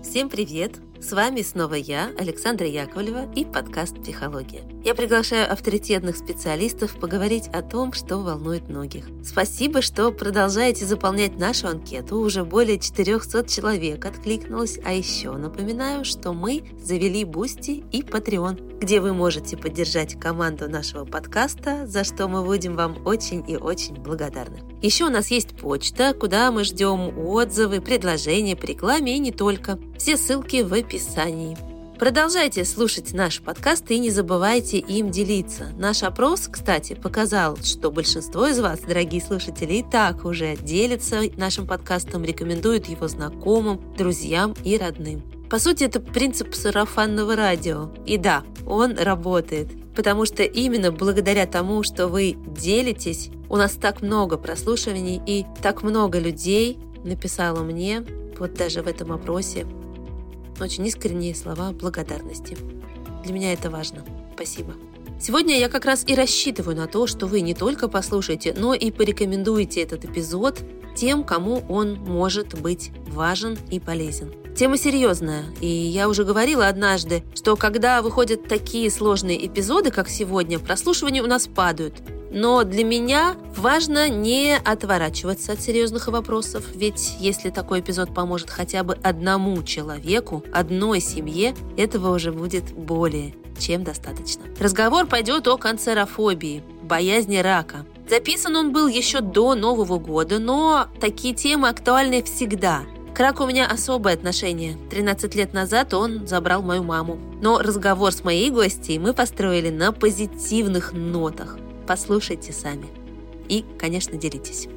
Всем привет! С вами снова я, Александра Яковлева, и подкаст «Психология». Я приглашаю авторитетных специалистов поговорить о том, что волнует многих. Спасибо, что продолжаете заполнять нашу анкету. Уже более 400 человек откликнулось. А еще напоминаю, что мы завели Boosty и Patreon, где вы можете поддержать команду нашего подкаста, за что мы будем вам очень и очень благодарны. Еще у нас есть почта, куда мы ждем отзывы, предложения по рекламе и не только. Все ссылки в описании. Продолжайте слушать наш подкаст и не забывайте им делиться. Наш опрос, кстати, показал, что большинство из вас, дорогие слушатели, и так уже делятся нашим подкастом, рекомендуют его знакомым, друзьям и родным. По сути, это принцип сарафанного радио. И да, он работает. Потому что именно благодаря тому, что вы делитесь, у нас так много прослушиваний и так много людей написало мне, вот даже в этом опросе, очень искренние слова благодарности. Для меня это важно. Спасибо. Сегодня я как раз и рассчитываю на то, что вы не только послушаете, но и порекомендуете этот эпизод тем, кому он может быть важен и полезен. Тема серьезная, и я уже говорила однажды, что когда выходят такие сложные эпизоды, как сегодня, прослушивания у нас падают. Но для меня важно не отворачиваться от серьезных вопросов, ведь если такой эпизод поможет хотя бы одному человеку, одной семье, этого уже будет более чем достаточно. Разговор пойдет о канцерофобии, боязни рака. Записан он был еще до Нового года, но такие темы актуальны всегда. К раку у меня особое отношение. 13 лет назад он забрал мою маму. Но разговор с моей гостьей мы построили на позитивных нотах. Послушайте сами. И, конечно, делитесь.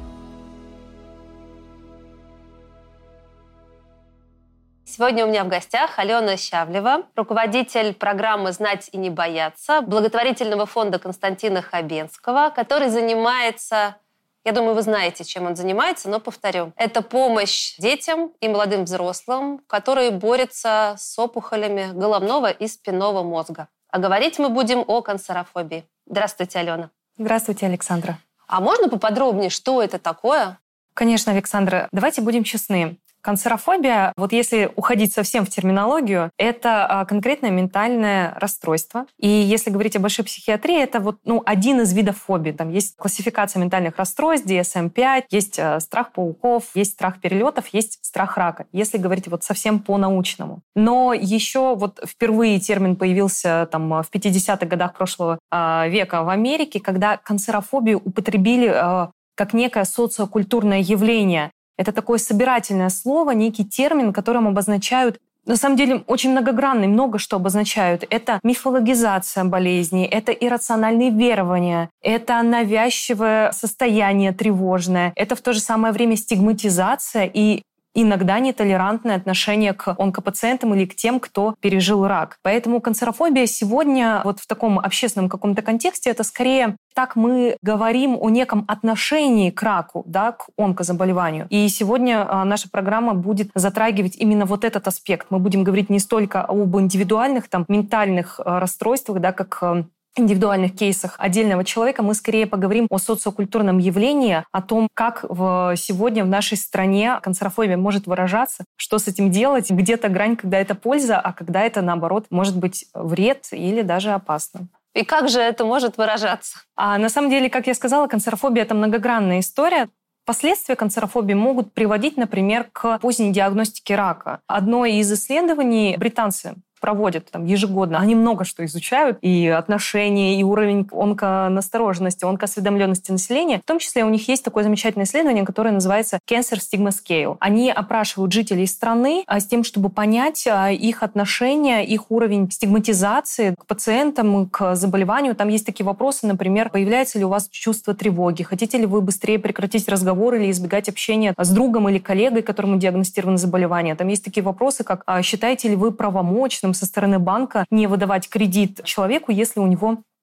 Сегодня у меня в гостях Алена Щавлева, руководитель программы «Знать и не бояться» благотворительного фонда Константина Хабенского, который занимается... Я думаю, вы знаете, чем он занимается, но повторю. Это помощь детям и молодым взрослым, которые борются с опухолями головного и спинного мозга. А говорить мы будем о канцерофобии. Здравствуйте, Алена. Здравствуйте, Александра. А можно поподробнее, что это такое? Конечно, Александра. Давайте будем честны. Канцерофобия, вот если уходить совсем в терминологию, это конкретное ментальное расстройство. И если говорить о большой психиатрии, это один из видов фобий. Там есть классификация ментальных расстройств, DSM-5, есть страх пауков, есть страх перелетов, есть страх рака, если говорить совсем по-научному. Но еще впервые термин появился в 50-х годах прошлого века в Америке, когда канцерофобию употребили как некое социокультурное явление. Это такое собирательное слово, некий термин, которым обозначают, на самом деле, очень многогранный, много что обозначают. Это мифологизация болезней, это иррациональные верования, это навязчивое состояние тревожное, это в то же самое время стигматизация и иногда нетолерантное отношение к онкопациентам или к тем, кто пережил рак. Поэтому канцерофобия сегодня в таком общественном каком-то контексте это скорее так мы говорим о неком отношении к раку, к онкозаболеванию. И сегодня наша программа будет затрагивать именно этот аспект. Мы будем говорить не столько об индивидуальных ментальных расстройствах, как индивидуальных кейсах отдельного человека, мы скорее поговорим о социокультурном явлении, о том, как сегодня в нашей стране канцерофобия может выражаться, что с этим делать, где-то грань, когда это польза, а когда это, наоборот, может быть вред или даже опасно. И как же это может выражаться? На самом деле, как я сказала, канцерофобия – это многогранная история. Последствия канцерофобии могут приводить, например, к поздней диагностике рака. Одно из исследований британцы проводят ежегодно. Они много что изучают, и отношения, и уровень онконастороженности, онкоосведомленности населения. В том числе у них есть такое замечательное исследование, которое называется Cancer Stigma Scale. Они опрашивают жителей страны с тем, чтобы понять их отношения, их уровень стигматизации к пациентам, к заболеванию. Там есть такие вопросы, например, появляется ли у вас чувство тревоги, хотите ли вы быстрее прекратить разговор или избегать общения с другом или коллегой, которому диагностировано заболевание. Там есть такие вопросы, как считаете ли вы правомочным со стороны банка не выдавать кредит человеку, если у него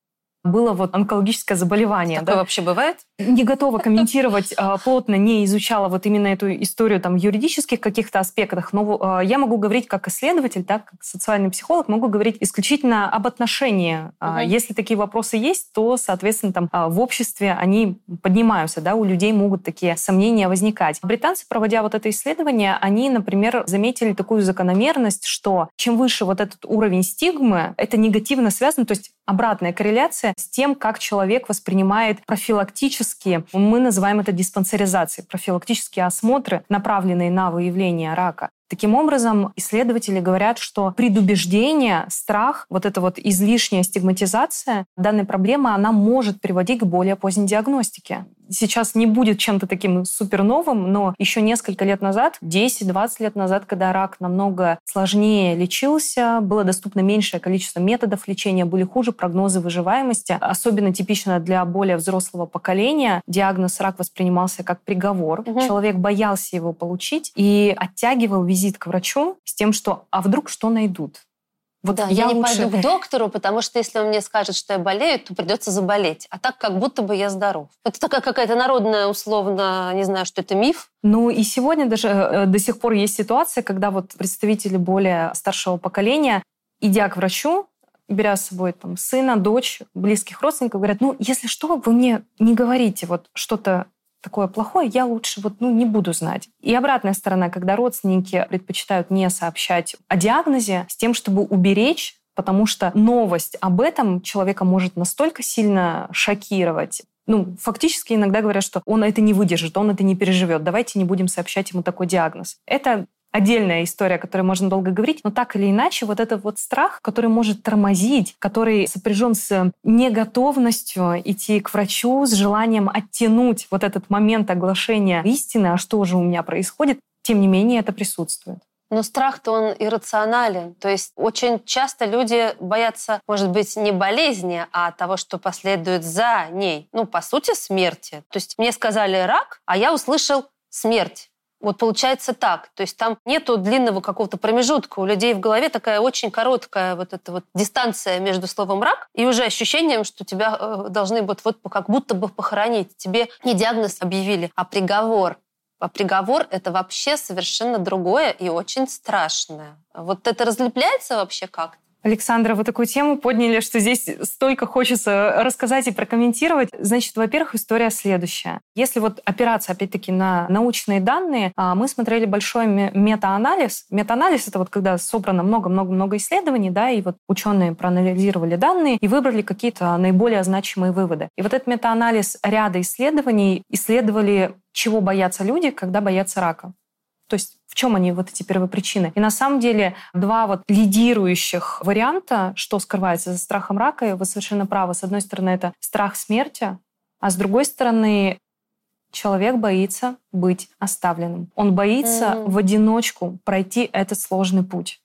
было вот онкологическое заболевание. Такое вообще бывает? Не готова комментировать, плотно не изучала вот именно эту историю там, в юридических каких-то аспектах, но я могу говорить как исследователь, так, как социальный психолог, могу говорить исключительно об отношении. Если такие вопросы есть, то, соответственно, там, в обществе они поднимаются, да, у людей могут такие сомнения возникать. Британцы, проводя вот это исследование, они, например, заметили такую закономерность, что чем выше вот этот уровень стигмы, это негативно связано, то есть обратная корреляция с тем, как человек воспринимает профилактические, мы называем это диспансеризацией, профилактические осмотры, направленные на выявление рака. Таким образом, исследователи говорят, что предубеждение, страх, вот эта вот излишняя стигматизация данной проблемы, она может приводить к более поздней диагностике. Сейчас не будет чем-то таким суперновым, но еще несколько лет назад, 10-20 лет назад, когда рак намного сложнее лечился, было доступно меньшее количество методов лечения, были хуже прогнозы выживаемости. Особенно типично для более взрослого поколения диагноз рак воспринимался как приговор. Человек боялся его получить и оттягивал визит к врачу с тем, что «а вдруг что найдут?» Вот да, я не пойду к доктору, потому что если он мне скажет, что я болею, то придется заболеть. А так, как будто бы я здоров. Это такая какая-то народная, условно, не знаю, что это миф. Ну и сегодня даже до сих пор есть ситуация, когда вот представители более старшего поколения, идя к врачу, беря с собой там, сына, дочь, близких родственников, говорят, ну, если что, вы мне не говорите вот что-то такое плохое, я лучше вот, не буду знать. И обратная сторона, когда родственники предпочитают не сообщать о диагнозе с тем, чтобы уберечь, потому что новость об этом человека может настолько сильно шокировать. Фактически иногда говорят, что он это не выдержит, он это не переживет. Давайте не будем сообщать ему такой диагноз. Это отдельная история, о которой можно долго говорить, но так или иначе вот этот вот страх, который может тормозить, который сопряжен с неготовностью идти к врачу, с желанием оттянуть вот этот момент оглашения истины, а что же у меня происходит, тем не менее это присутствует. Но страх-то он иррационален. То есть очень часто люди боятся, может быть, не болезни, а того, что последует за ней. По сути, смерти. То есть мне сказали рак, а я услышал смерть. Вот получается так. То есть там нету длинного какого-то промежутка. У людей в голове такая очень короткая вот эта вот дистанция между словом «рак» и уже ощущением, что тебя должны вот как будто бы похоронить. Тебе не диагноз объявили, а приговор. А приговор – это вообще совершенно другое и очень страшное. Вот это разлепляется вообще как-то? Александра, вы такую тему подняли, что здесь столько хочется рассказать и прокомментировать. Значит, во-первых, история следующая. Если вот опираться, опять-таки, на научные данные, мы смотрели большой метаанализ. Метаанализ — это вот когда собрано много-много-много исследований, да, и вот ученые проанализировали данные и выбрали какие-то наиболее значимые выводы. И вот этот метаанализ ряда исследований исследовали, чего боятся люди, когда боятся рака. То есть в чем они, вот эти первопричины? И на самом деле два вот лидирующих варианта, что скрывается за страхом рака, и вы совершенно правы. С одной стороны, это страх смерти, а с другой стороны, человек боится быть оставленным. Он боится в одиночку пройти этот сложный путь.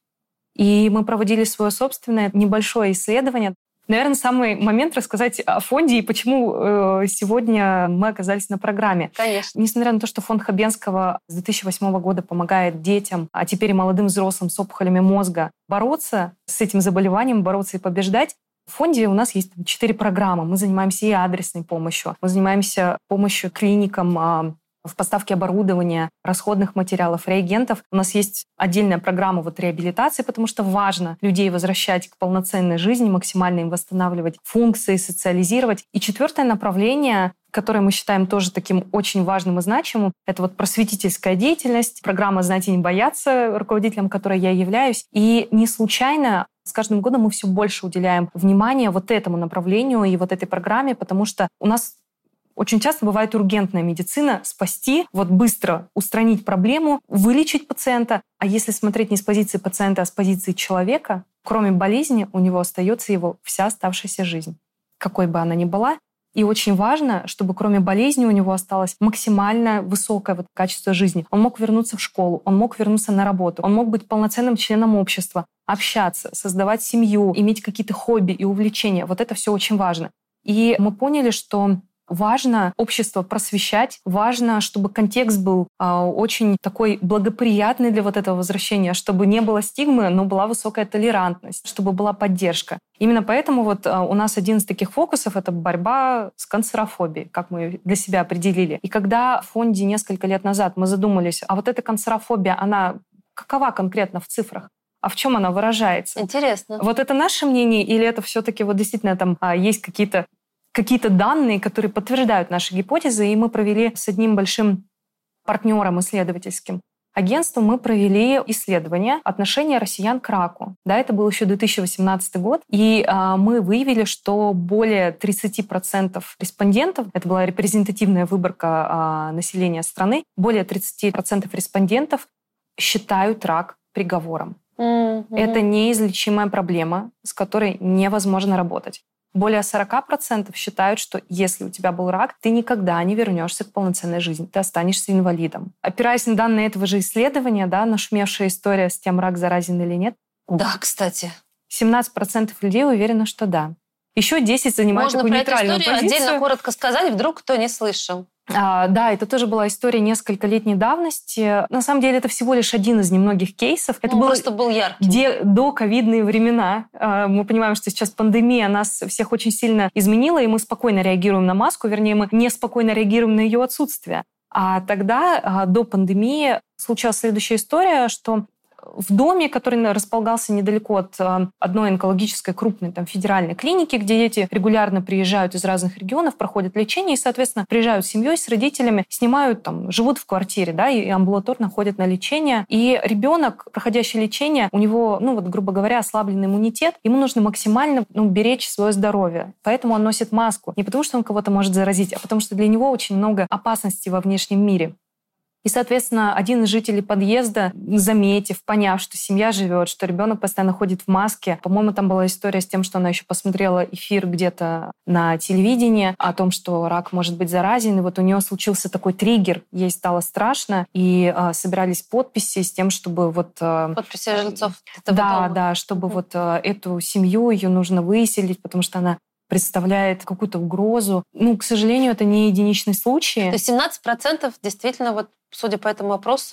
И мы проводили свое собственное небольшое исследование. Наверное, самый момент рассказать о фонде и почему сегодня мы оказались на программе. Конечно. Несмотря на то, что фонд Хабенского с 2008 года помогает детям, а теперь и молодым взрослым с опухолями мозга бороться с этим заболеванием, бороться и побеждать, в фонде у нас есть 4 программы. Мы занимаемся и адресной помощью, мы занимаемся помощью клиникам в поставке оборудования, расходных материалов, реагентов. У нас есть отдельная программа реабилитации, потому что важно людей возвращать к полноценной жизни, максимально им восстанавливать функции, социализировать. И 4 направление, которое мы считаем тоже таким очень важным и значимым, это просветительская деятельность, программа «Знать и не бояться», руководителем которой я являюсь. И не случайно с каждым годом мы все больше уделяем внимания этому направлению и этой программе, потому что у нас очень часто бывает ургентная медицина — спасти, быстро устранить проблему, вылечить пациента. А если смотреть не с позиции пациента, а с позиции человека, кроме болезни у него остается его вся оставшаяся жизнь, какой бы она ни была. И очень важно, чтобы кроме болезни у него осталось максимально высокое качество жизни. Он мог вернуться в школу, он мог вернуться на работу, он мог быть полноценным членом общества, общаться, создавать семью, иметь какие-то хобби и увлечения. Это все очень важно. И мы поняли, что Важно общество просвещать, важно, чтобы контекст был очень такой благоприятный для вот этого возвращения, чтобы не было стигмы, но была высокая толерантность, чтобы была поддержка. Именно поэтому вот у нас один из таких фокусов — это борьба с канцерофобией, как мы ее для себя определили. И когда в фонде несколько лет назад мы задумались, а вот эта канцерофобия, она какова конкретно в цифрах? А в чем она выражается? Интересно. Вот это наше мнение или это все-таки вот действительно там есть какие-то данные, которые подтверждают наши гипотезы, и мы провели с одним большим партнером исследовательским агентством, мы провели исследование отношения россиян к раку. Да, это был еще 2018 год, и мы выявили, что более 30% респондентов, это была репрезентативная выборка населения страны, более 30% респондентов считают рак приговором. Это неизлечимая проблема, с которой невозможно работать. Более 40% считают, что если у тебя был рак, ты никогда не вернешься к полноценной жизни, ты останешься инвалидом. Опираясь на данные этого же исследования, да, нашумевшая история с тем, рак заразен или нет. Да, кстати. 17% людей уверены, что да. Еще 10 занимают такую нейтральную позицию. Можно про эту историю отдельно коротко сказать, вдруг кто не слышал. Да, это тоже была история нескольколетней давности. На самом деле это всего лишь один из немногих кейсов. Это просто был яркий. До ковидные времена. Мы понимаем, что сейчас пандемия нас всех очень сильно изменила, и мы спокойно реагируем на маску, вернее, мы неспокойно реагируем на ее отсутствие. А тогда, до пандемии, случилась следующая история, что в доме, который располагался недалеко от одной онкологической крупной федеральной клиники, где дети регулярно приезжают из разных регионов, проходят лечение и, соответственно, приезжают с семьей, с родителями, снимают, живут в квартире, да, и амбулаторно ходят на лечение. И ребенок, проходящий лечение, у него, грубо говоря, ослабленный иммунитет, ему нужно максимально беречь свое здоровье. Поэтому он носит маску. Не потому, что он кого-то может заразить, а потому что для него очень много опасностей во внешнем мире. И, соответственно, один из жителей подъезда, заметив, поняв, что семья живет, что ребенок постоянно ходит в маске, по-моему, там была история с тем, что она еще посмотрела эфир где-то на телевидении о том, что рак может быть заразен, и вот у нее случился такой триггер, ей стало страшно, и собирались подписи с тем, чтобы подписи жильцов этого дома. Да, чтобы эту семью, ее нужно выселить, потому что она представляет какую-то угрозу. К сожалению, это не единичный случай. То есть 17% действительно, судя по этому опросу...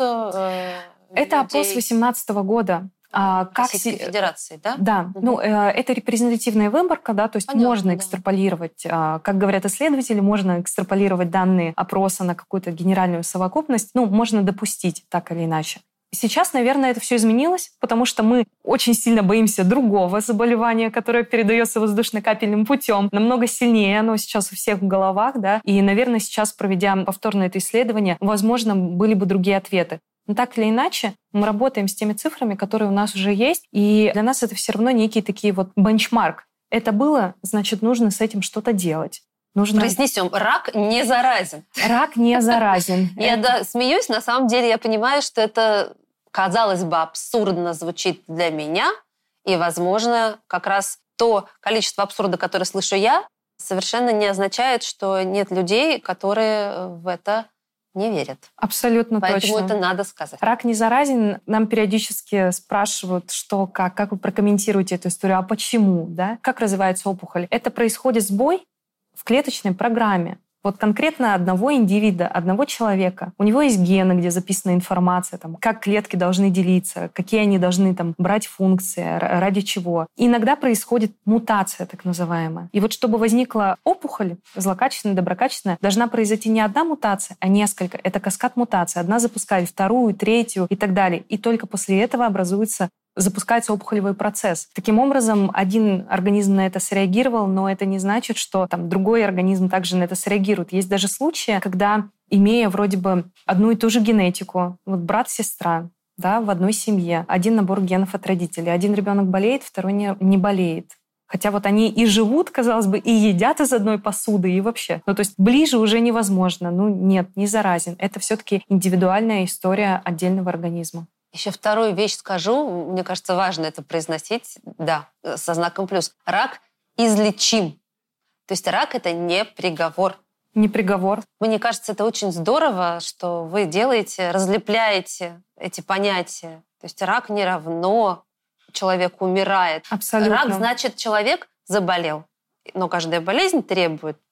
Это опрос 2018 года. Российской Федерации, да? Да. Это репрезентативная выборка, да, то есть понятно, можно экстраполировать, как говорят исследователи, можно экстраполировать данные опроса на какую-то генеральную совокупность, можно допустить так или иначе. Сейчас, наверное, это все изменилось, потому что мы очень сильно боимся другого заболевания, которое передается воздушно-капельным путем. Намного сильнее оно сейчас у всех в головах, да. И, наверное, сейчас, проведя повторно это исследование, возможно, были бы другие ответы. Но так или иначе, мы работаем с теми цифрами, которые у нас уже есть, и для нас это все равно некий такие бенчмарк. Это было, значит, нужно с этим что-то делать. Произнесем, рак не заразен. Рак не заразен. Я смеюсь, на самом деле я понимаю, что это, казалось бы, абсурдно звучит для меня, и, возможно, как раз то количество абсурда, которое слышу я, совершенно не означает, что нет людей, которые в это не верят. Абсолютно точно. Поэтому это надо сказать. Рак не заразен. Нам периодически спрашивают, что, как вы прокомментируете эту историю, а почему, да? Как развивается опухоль? Это происходит сбой в клеточной программе. Конкретно одного индивида, одного человека. У него есть гены, где записана информация, как клетки должны делиться, какие они должны брать функции, ради чего. И иногда происходит мутация, так называемая. И чтобы возникла опухоль, злокачественная, доброкачественная, должна произойти не одна мутация, а несколько. Это каскад мутаций. Одна запускает вторую, третью и так далее. И только после этого запускается опухолевый процесс. Таким образом, один организм на это среагировал, но это не значит, что другой организм также на это среагирует. Есть даже случаи, когда, имея вроде бы одну и ту же генетику, брат-сестра, да, в одной семье, один набор генов от родителей, один ребенок болеет, второй не болеет. Хотя они и живут, казалось бы, и едят из одной посуды, и вообще. То есть ближе уже невозможно. Нет, не заразен. Это все-таки индивидуальная история отдельного организма. Еще вторую вещь скажу, мне кажется, важно это произносить, да, со знаком плюс. Рак излечим. То есть рак – это не приговор. Не приговор. Мне кажется, это очень здорово, что вы делаете, разлепляете эти понятия. То есть рак не равно человек умирает. Абсолютно. Рак значит, человек заболел. Но каждая болезнь требует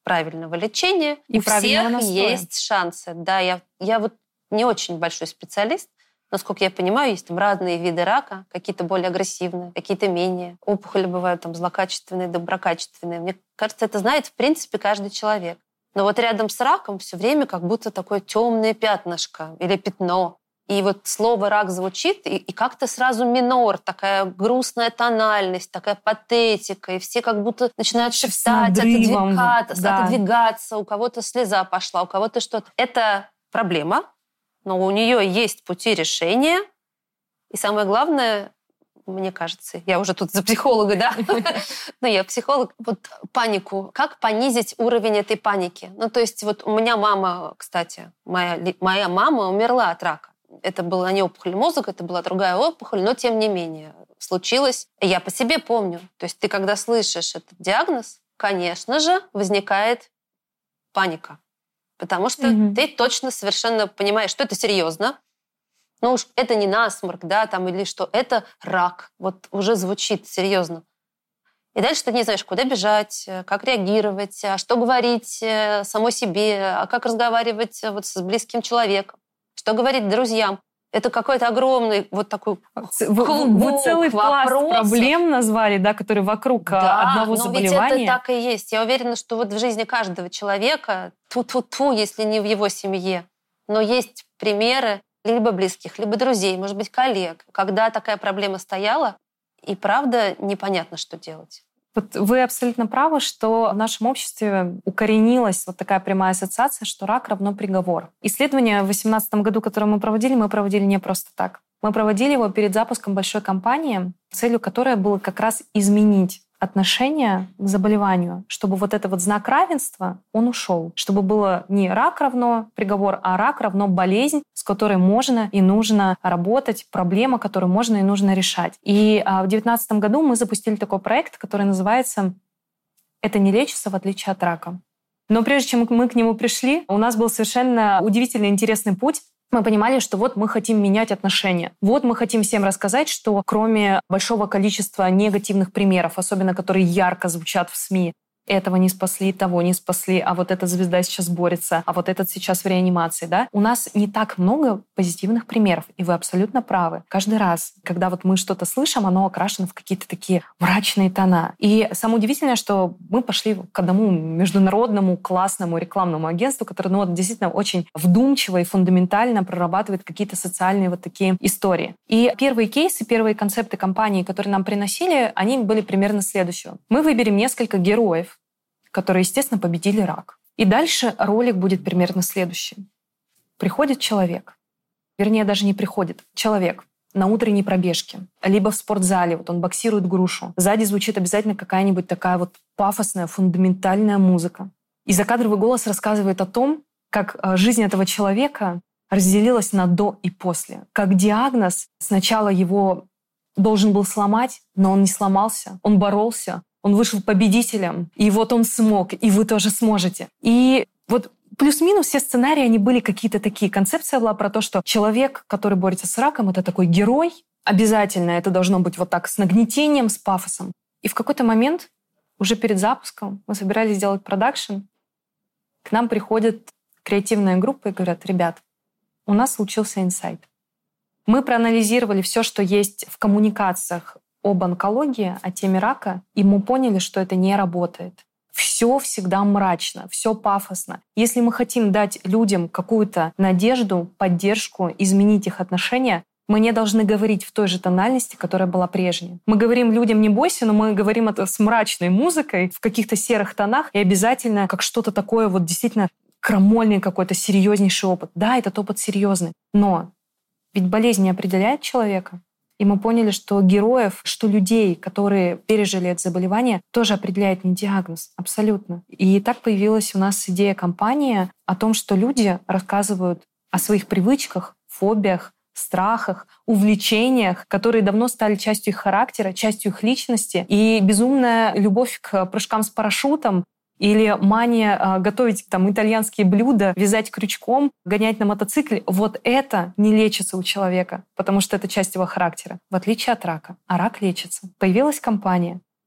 правильного лечения, И у всех правильного настоя. есть шансы. Да, я вот не очень большой специалист. Насколько я понимаю, есть там разные виды рака, какие-то более агрессивные, какие-то менее. Опухоли бывают там злокачественные, доброкачественные. Мне кажется, это знает, в принципе, каждый человек. Но вот рядом с раком все время как будто такое темное пятнышко или пятно. И вот слово «рак» звучит, и как-то сразу минор, такая грустная тональность, такая патетика, и все как будто начинают шептать, отодвигаться, у кого-то слеза пошла, у кого-то что-то. Это проблема, но у нее есть пути решения. И самое главное, мне кажется, я уже тут за психолога, да? Но я психолог. Вот панику. Как понизить уровень этой паники? Ну, то есть вот у меня мама, кстати, моя мама умерла от рака. Это была не опухоль мозга, это была другая опухоль, но тем не менее случилось. Я по себе помню. То есть ты, когда слышишь этот диагноз, конечно же, возникает паника. Потому что ты точно совершенно понимаешь, что это серьезно. Ну уж это не насморк, да, там, или что, это рак. Вот уже звучит серьезно. И дальше ты не знаешь, куда бежать, как реагировать, а что говорить самой себе, а как разговаривать вот с близким человеком, что говорить друзьям. Это какой-то огромный вот такой Вы целый пласт проблем назвали, да, которые вокруг одного заболевания. Да, но ведь это так и есть. Я уверена, что вот в жизни каждого человека, тьфу-тьфу-тьфу, если не в его семье, но есть примеры либо близких, либо друзей, может быть, коллег, когда такая проблема стояла, и правда непонятно, что делать. Вот вы абсолютно правы, что в нашем обществе укоренилась вот такая прямая ассоциация, что рак равно приговор. Исследование в 2018 году, которое мы проводили не просто так. Мы проводили его перед запуском большой кампании, целью которой было как раз изменить отношение к заболеванию, чтобы вот этот вот знак равенства, он ушел. Чтобы было не рак равно приговор, а рак равно болезнь, с которой можно и нужно работать, проблема, которую можно и нужно решать. И в 2019 году мы запустили такой проект, который называется «Это не лечится, в отличие от рака». Но прежде чем мы к нему пришли, у нас был совершенно удивительно интересный путь. Мы понимали, что вот мы хотим менять отношения. Вот мы хотим всем рассказать, что кроме большого количества негативных примеров, особенно которые ярко звучат в СМИ, этого не спасли, того не спасли, а вот эта звезда сейчас борется, а вот этот сейчас в реанимации, да? У нас не так много позитивных примеров, и вы абсолютно правы. Каждый раз, когда вот мы что-то слышим, оно окрашено в какие-то такие мрачные тона. И самое удивительное, что мы пошли к одному международному классному рекламному агентству, которое действительно очень вдумчиво и фундаментально прорабатывает какие-то социальные вот такие истории. И первые кейсы, первые концепты компании, которые нам приносили, они были примерно следующего. Мы выберем несколько героев, которые, естественно, победили рак. И дальше ролик будет примерно следующий. Приходит человек, вернее, даже не приходит, человек на утренней пробежке, либо в спортзале, вот он боксирует грушу. Сзади звучит обязательно какая-нибудь такая вот пафосная, фундаментальная музыка. И закадровый голос рассказывает о том, как жизнь этого человека разделилась на до и после. Как диагноз сначала его должен был сломать, но он не сломался, он боролся, он вышел победителем, и вот он смог, и вы тоже сможете. И вот плюс-минус все сценарии, они были какие-то такие. Концепция была про то, что человек, который борется с раком, это такой герой. Обязательно это должно быть вот так с нагнетением, с пафосом. И в какой-то момент, уже перед запуском, мы собирались сделать продакшн, к нам приходит креативная группа и говорят: ребят, у нас случился инсайт. Мы проанализировали все, что есть в коммуникациях об онкологии, о теме рака, и мы поняли, что это не работает. Все всегда мрачно, все пафосно. Если мы хотим дать людям какую-то надежду, поддержку, изменить их отношения, мы не должны говорить в той же тональности, которая была прежней. Мы говорим людям: не бойся, но мы говорим это с мрачной музыкой, в каких-то серых тонах, и обязательно как что-то такое вот действительно крамольный какой-то серьезнейший опыт. Да, этот опыт серьезный, но ведь болезнь не определяет человека. И мы поняли, что героев, что людей, которые пережили это заболевание, тоже определяет не диагноз. Абсолютно. И так появилась у нас идея компании о том, что люди рассказывают о своих привычках, фобиях, страхах, увлечениях, которые давно стали частью их характера, частью их личности. И безумная любовь к прыжкам с парашютом или мания готовить там итальянские блюда, вязать крючком, гонять на мотоцикле. Вот это не лечится у человека, потому что это часть его характера, в отличие от рака. А рак лечится. Появилась компания.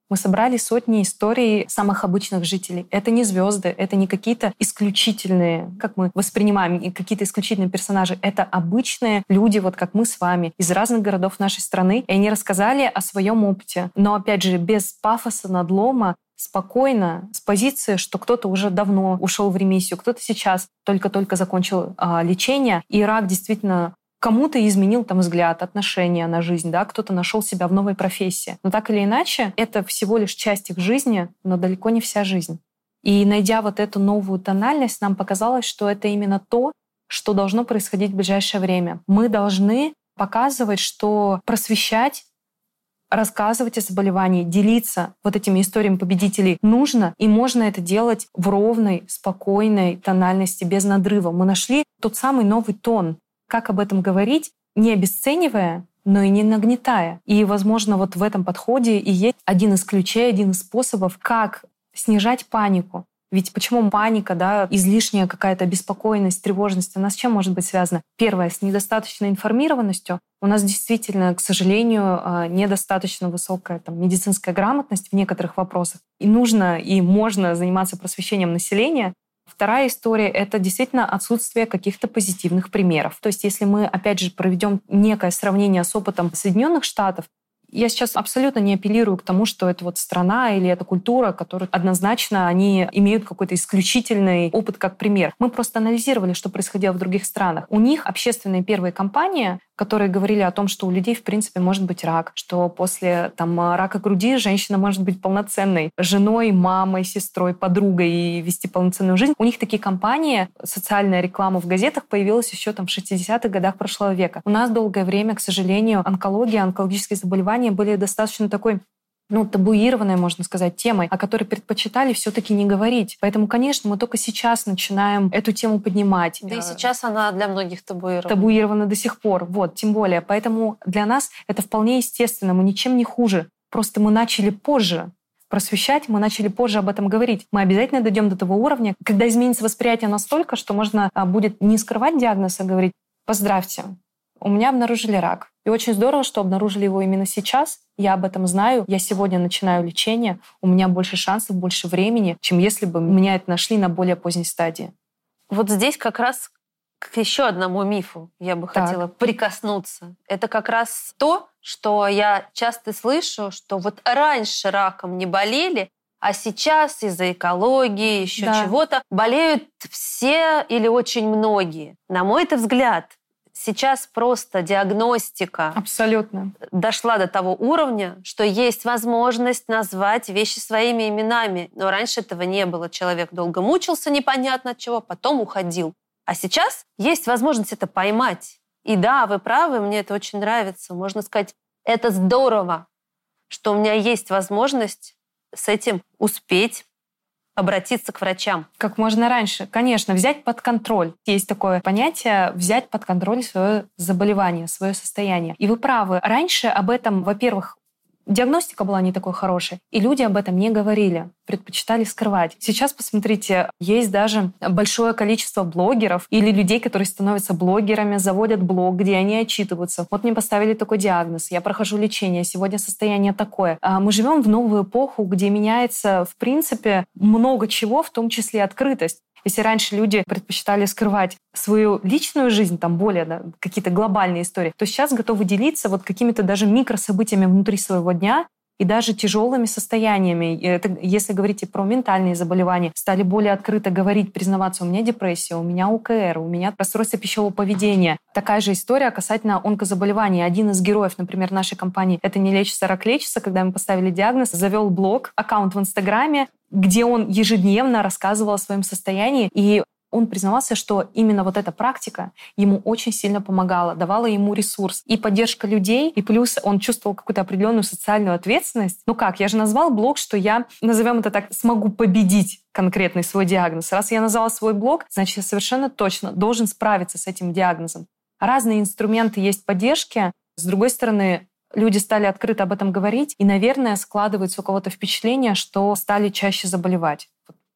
Мы собрали сотни историй самых обычных жителей. Это не звезды, это не какие-то исключительные, как мы воспринимаем, какие-то исключительные персонажи. Это обычные люди, вот как мы с вами, из разных городов нашей страны. И они рассказали о своем опыте. Но, опять же, без пафоса, надлома, спокойно, с позиции, что кто-то уже давно ушел в ремиссию, кто-то сейчас только-только закончил лечение. И рак действительно кому-то изменил там взгляд, отношение на жизнь, да, кто-то нашел себя в новой профессии. Но так или иначе, это всего лишь часть их жизни, но далеко не вся жизнь. И найдя вот эту новую тональность, нам показалось, что это именно то, что должно происходить в ближайшее время. Мы должны показывать, что просвещать, рассказывать о заболевании, делиться вот этими историями победителей нужно, и можно это делать в ровной, спокойной тональности, без надрыва. Мы нашли тот самый новый тон. Как об этом говорить, не обесценивая, но и не нагнетая. И, возможно, вот в этом подходе и есть один из ключей, один из способов, как снижать панику. Ведь почему паника, да, излишняя какая-то беспокойность, тревожность, она с чем может быть связана? Первое, с недостаточной информированностью. У нас действительно, к сожалению, недостаточно высокая медицинская грамотность в некоторых вопросах. И нужно, и можно заниматься просвещением населения. Вторая история — это действительно отсутствие каких-то позитивных примеров. То есть если мы, опять же, проведем некое сравнение с опытом Соединенных Штатов, я сейчас абсолютно не апеллирую к тому, что это вот страна или это культура, которая однозначно они имеют какой-то исключительный опыт как пример. Мы просто анализировали, что происходило в других странах. У них общественные первые кампании, которые говорили о том, что у людей, в принципе, может быть рак, что после рака груди женщина может быть полноценной женой, мамой, сестрой, подругой и вести полноценную жизнь. У них такие кампании, социальная реклама в газетах появилась еще в 60-х годах прошлого века. У нас долгое время, к сожалению, онкология, онкологические заболевания были достаточно такой табуированной, можно сказать, темой, о которой предпочитали все-таки не говорить. Поэтому, конечно, мы только сейчас начинаем эту тему поднимать. Да и сейчас она для многих табуирована. Табуирована до сих пор. Вот, тем более. Поэтому для нас это вполне естественно. Мы ничем не хуже. Просто мы начали позже просвещать, мы начали позже об этом говорить. Мы обязательно дойдем до того уровня, когда изменится восприятие настолько, что можно будет не скрывать диагноз, а говорить: поздравьте, у меня обнаружили рак. И очень здорово, что обнаружили его именно сейчас. Я об этом знаю. Я сегодня начинаю лечение. У меня больше шансов, больше времени, чем если бы меня это нашли на более поздней стадии. Вот здесь как раз к еще одному мифу я бы хотела прикоснуться. Это как раз то, что я часто слышу, что вот раньше раком не болели, а сейчас из-за экологии, еще чего-то болеют все или очень многие. На мой-то взгляд, сейчас просто диагностика абсолютно дошла до того уровня, что есть возможность назвать вещи своими именами. Но раньше этого не было. Человек долго мучился непонятно от чего, потом уходил. А сейчас есть возможность это поймать. И да, вы правы, мне это очень нравится. Можно сказать, это здорово, что у меня есть возможность с этим успеть обратиться к врачам. Как можно раньше. Конечно, взять под контроль. Есть такое понятие — взять под контроль свое заболевание, свое состояние. И вы правы. Раньше об этом, во-первых, диагностика была не такой хорошей, и люди об этом не говорили, предпочитали скрывать. Сейчас, посмотрите, есть даже большое количество блогеров или людей, которые становятся блогерами, заводят блог, где они отчитываются. Вот мне поставили такой диагноз, я прохожу лечение, сегодня состояние такое. Мы живем в новую эпоху, где меняется, в принципе, много чего, в том числе открытость. Если раньше люди предпочитали скрывать свою личную жизнь, более какие-то глобальные истории, то сейчас готовы делиться вот какими-то даже микрособытиями внутри своего дня и даже тяжелыми состояниями. Это, если говорить про ментальные заболевания, стали более открыто говорить, признаваться: у меня депрессия, у меня УКР, у меня расстройство пищевого поведения. Такая же история касательно онкозаболеваний. Один из героев, например, нашей компании «Это не лечится, рак лечится», когда мы поставили диагноз, завел блог, аккаунт в Инстаграме, где он ежедневно рассказывал о своем состоянии, и он признавался, что именно вот эта практика ему очень сильно помогала, давала ему ресурс и поддержка людей, и плюс он чувствовал какую-то определенную социальную ответственность. Я же назвал блог, что я, назовем это так, смогу победить конкретный свой диагноз. Раз я назвала свой блог, значит, я совершенно точно должен справиться с этим диагнозом. Разные инструменты есть поддержки. С другой стороны, люди стали открыто об этом говорить, и, наверное, складывается у кого-то впечатление, что стали чаще заболевать.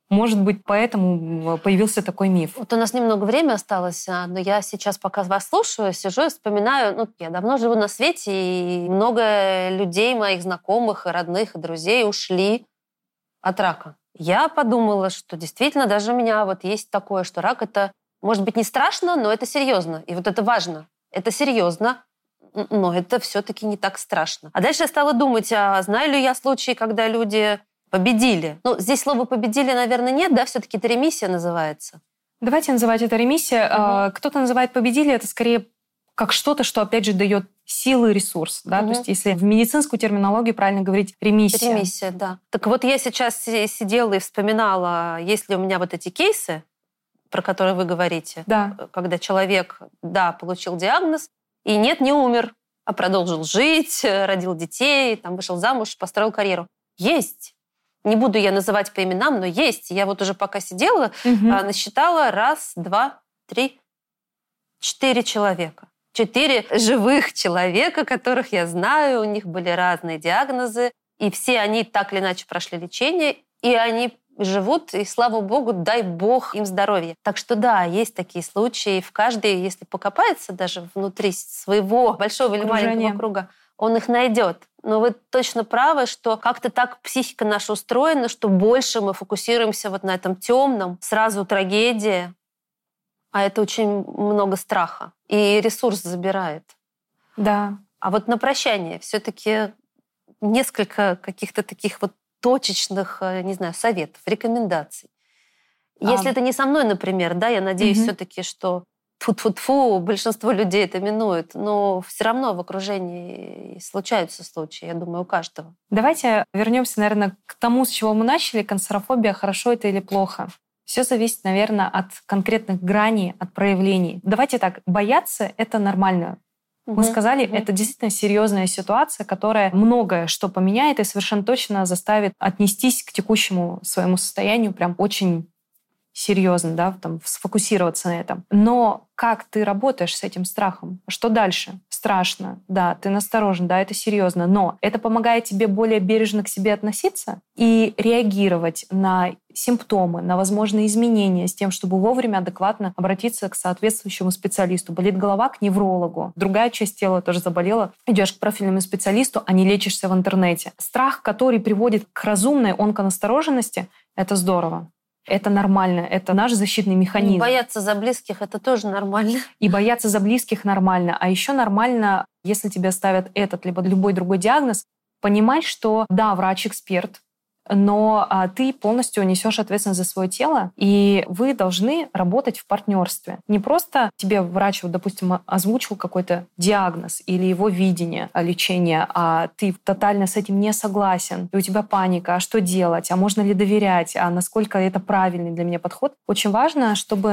Может быть, поэтому появился такой миф. Вот у нас немного времени осталось, но я сейчас, пока вас слушаю, сижу и вспоминаю, я давно живу на свете, и много людей, моих знакомых, и родных, и друзей ушли от рака. Я подумала, что действительно даже у меня вот есть такое, что рак — это, может быть, не страшно, но это серьезно. И вот это важно. Это серьезно, но это все-таки не так страшно. А дальше я стала думать, а знаю ли я случаи, когда люди победили? Здесь слова «победили», наверное, нет, да? Все-таки это ремиссия называется. Давайте называть это ремиссия. Кто-то называет «победили», это скорее как что-то, что, опять же, дает силы и ресурс. Да? То есть если в медицинскую терминологию правильно говорить ремиссия. Ремиссия, да. Так вот я сейчас сидела и вспоминала, есть ли у меня вот эти кейсы, про которые вы говорите, да. Когда человек, получил диагноз, и не умер, а продолжил жить, родил детей, вышел замуж, построил карьеру. Есть. Не буду я называть по именам, но есть. Я вот уже пока сидела, насчитала 1, 2, 3, 4 человека. 4 живых человека, которых я знаю, у них были разные диагнозы, и все они так или иначе прошли лечение, и они живут, и, слава богу, дай бог им здоровья. Так что да, есть такие случаи. В каждой, если покопается даже внутри своего большого или маленького круга, он их найдет. Но вы точно правы, что как-то так психика наша устроена, что больше мы фокусируемся вот на этом темном, сразу трагедия, а это очень много страха. И ресурс забирает. Да. А вот на прощание все-таки несколько каких-то таких вот точечных, не знаю, советов, рекомендаций. Если это не со мной, например, я надеюсь все-таки, что тьфу-тьфу-тьфу, большинство людей это минует, но все равно в окружении случаются случаи, я думаю, у каждого. Давайте вернемся, наверное, к тому, с чего мы начали. Канцерофобия, хорошо это или плохо? Все зависит, наверное, от конкретных граней, от проявлений. Давайте так, бояться — это нормально. Мы сказали, это действительно серьезная ситуация, которая многое что поменяет и совершенно точно заставит отнестись к текущему своему состоянию прям очень серьезно, сфокусироваться на этом. Но как ты работаешь с этим страхом? Что дальше? Страшно, да, ты насторожен, да, это серьезно, но это помогает тебе более бережно к себе относиться и реагировать на симптомы, на возможные изменения с тем, чтобы вовремя адекватно обратиться к соответствующему специалисту. Болит голова — к неврологу. Другая часть тела тоже заболела. Идешь к профильному специалисту, а не лечишься в интернете. Страх, который приводит к разумной онконастороженности, это здорово. Это нормально, это наш защитный механизм. И бояться за близких — это тоже нормально. И бояться за близких нормально. А еще нормально, если тебе ставят этот либо любой другой диагноз, понимать, что да, врач эксперт, но ты полностью несешь ответственность за свое тело, и вы должны работать в партнерстве. Не просто тебе врач, допустим, озвучил какой-то диагноз или его видение лечения, а ты тотально с этим не согласен, и у тебя паника, а что делать, а можно ли доверять, а насколько это правильный для меня подход. Очень важно, чтобы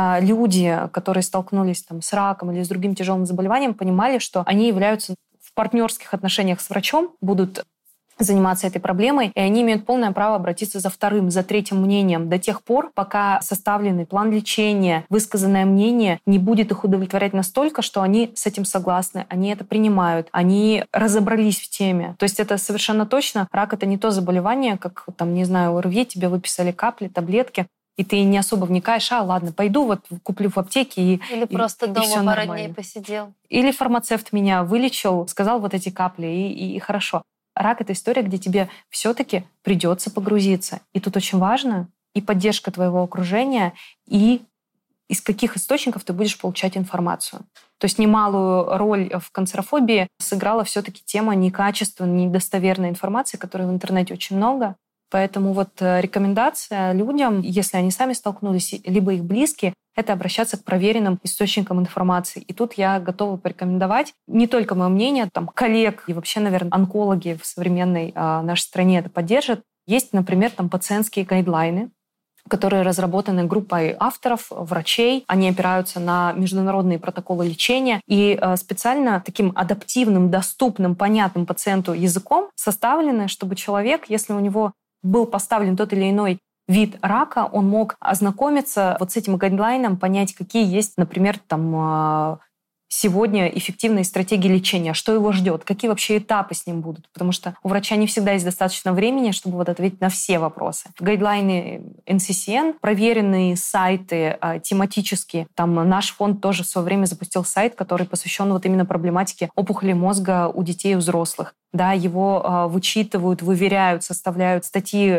люди, которые столкнулись с раком или с другим тяжелым заболеванием, понимали, что они являются в партнерских отношениях с врачом, будут заниматься этой проблемой, и они имеют полное право обратиться за вторым, за третьим мнением до тех пор, пока составленный план лечения, высказанное мнение не будет их удовлетворять настолько, что они с этим согласны, они это принимают, они разобрались в теме. То есть это совершенно точно. Рак — это не то заболевание, как, ОРВИ, тебе выписали капли, таблетки, и ты не особо вникаешь, ладно, пойду куплю в аптеке Или просто дома пару дней нормально. Посидел. Или фармацевт меня вылечил, сказал вот эти капли, и хорошо. Рак — это история, где тебе все-таки придется погрузиться. И тут очень важно и поддержка твоего окружения, и из каких источников ты будешь получать информацию. То есть немалую роль в канцерофобии сыграла все-таки тема некачественной, недостоверной информации, которой в интернете очень много. Поэтому рекомендация людям, если они сами столкнулись, либо их близкие, это обращаться к проверенным источникам информации. И тут я готова порекомендовать не только мое мнение, коллег и вообще, наверное, онкологи в современной нашей стране это поддержат. Есть, например, пациентские гайдлайны, которые разработаны группой авторов, врачей. Они опираются на международные протоколы лечения и специально таким адаптивным, доступным, понятным пациенту языком составлены, чтобы человек, если у него был поставлен тот или иной вид рака, он мог ознакомиться с этим гайдлайном, понять, какие есть, например, сегодня эффективные стратегии лечения, что его ждет, какие вообще этапы с ним будут, потому что у врача не всегда есть достаточно времени, чтобы вот ответить на все вопросы. Гайдлайны NCCN, проверенные сайты тематические. Там наш фонд тоже в свое время запустил сайт, который посвящен вот именно проблематике опухоли мозга у детей и взрослых. Да, его вычитывают, выверяют, составляют статьи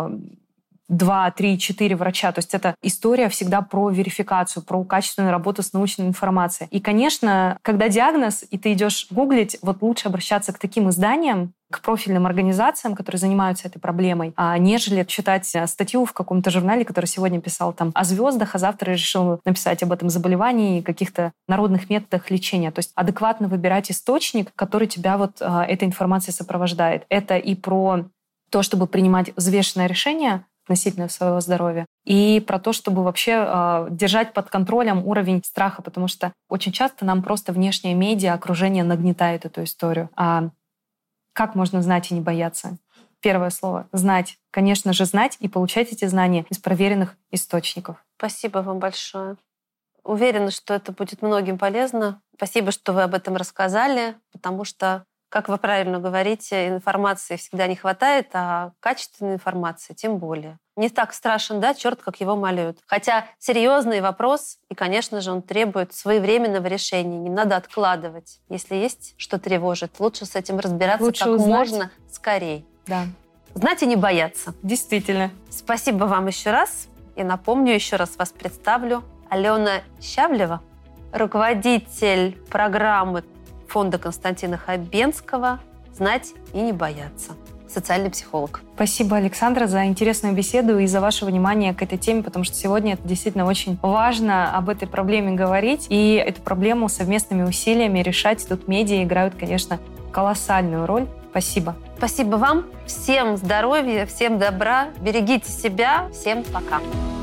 2, 3, 4 врача. То есть это история всегда про верификацию, про качественную работу с научной информацией. И, конечно, когда диагноз, и ты идешь гуглить, вот лучше обращаться к таким изданиям, к профильным организациям, которые занимаются этой проблемой, нежели читать статью в каком-то журнале, который сегодня писал там о звездах, а завтра решил написать об этом заболевании и каких-то народных методах лечения. То есть адекватно выбирать источник, который тебя вот этой информацией сопровождает. Это и про то, чтобы принимать взвешенное решение относительно своего здоровья, и про то, чтобы вообще держать под контролем уровень страха, потому что очень часто нам просто внешние медиа, окружение нагнетает эту историю. А как можно знать и не бояться? Первое слово — знать. Конечно же, знать и получать эти знания из проверенных источников. Спасибо вам большое. Уверена, что это будет многим полезно. Спасибо, что вы об этом рассказали, потому что, как вы правильно говорите, информации всегда не хватает, а качественной информации тем более. Не так страшен, да, черт, как его малюют. Хотя серьезный вопрос, и, конечно же, он требует своевременного решения. Не надо откладывать. Если есть что тревожит, лучше с этим разбираться как можно скорее. Да. Знать и не бояться. Действительно. Спасибо вам еще раз. И напомню, еще раз вас представлю. Алена Щавлева, руководитель программы фонда Константина Хабенского «Знать и не бояться». Социальный психолог. Спасибо, Александра, за интересную беседу и за ваше внимание к этой теме, потому что сегодня это действительно очень важно об этой проблеме говорить, и эту проблему совместными усилиями решать. Тут медиа играют, конечно, колоссальную роль. Спасибо. Спасибо вам. Всем здоровья, всем добра. Берегите себя. Всем пока.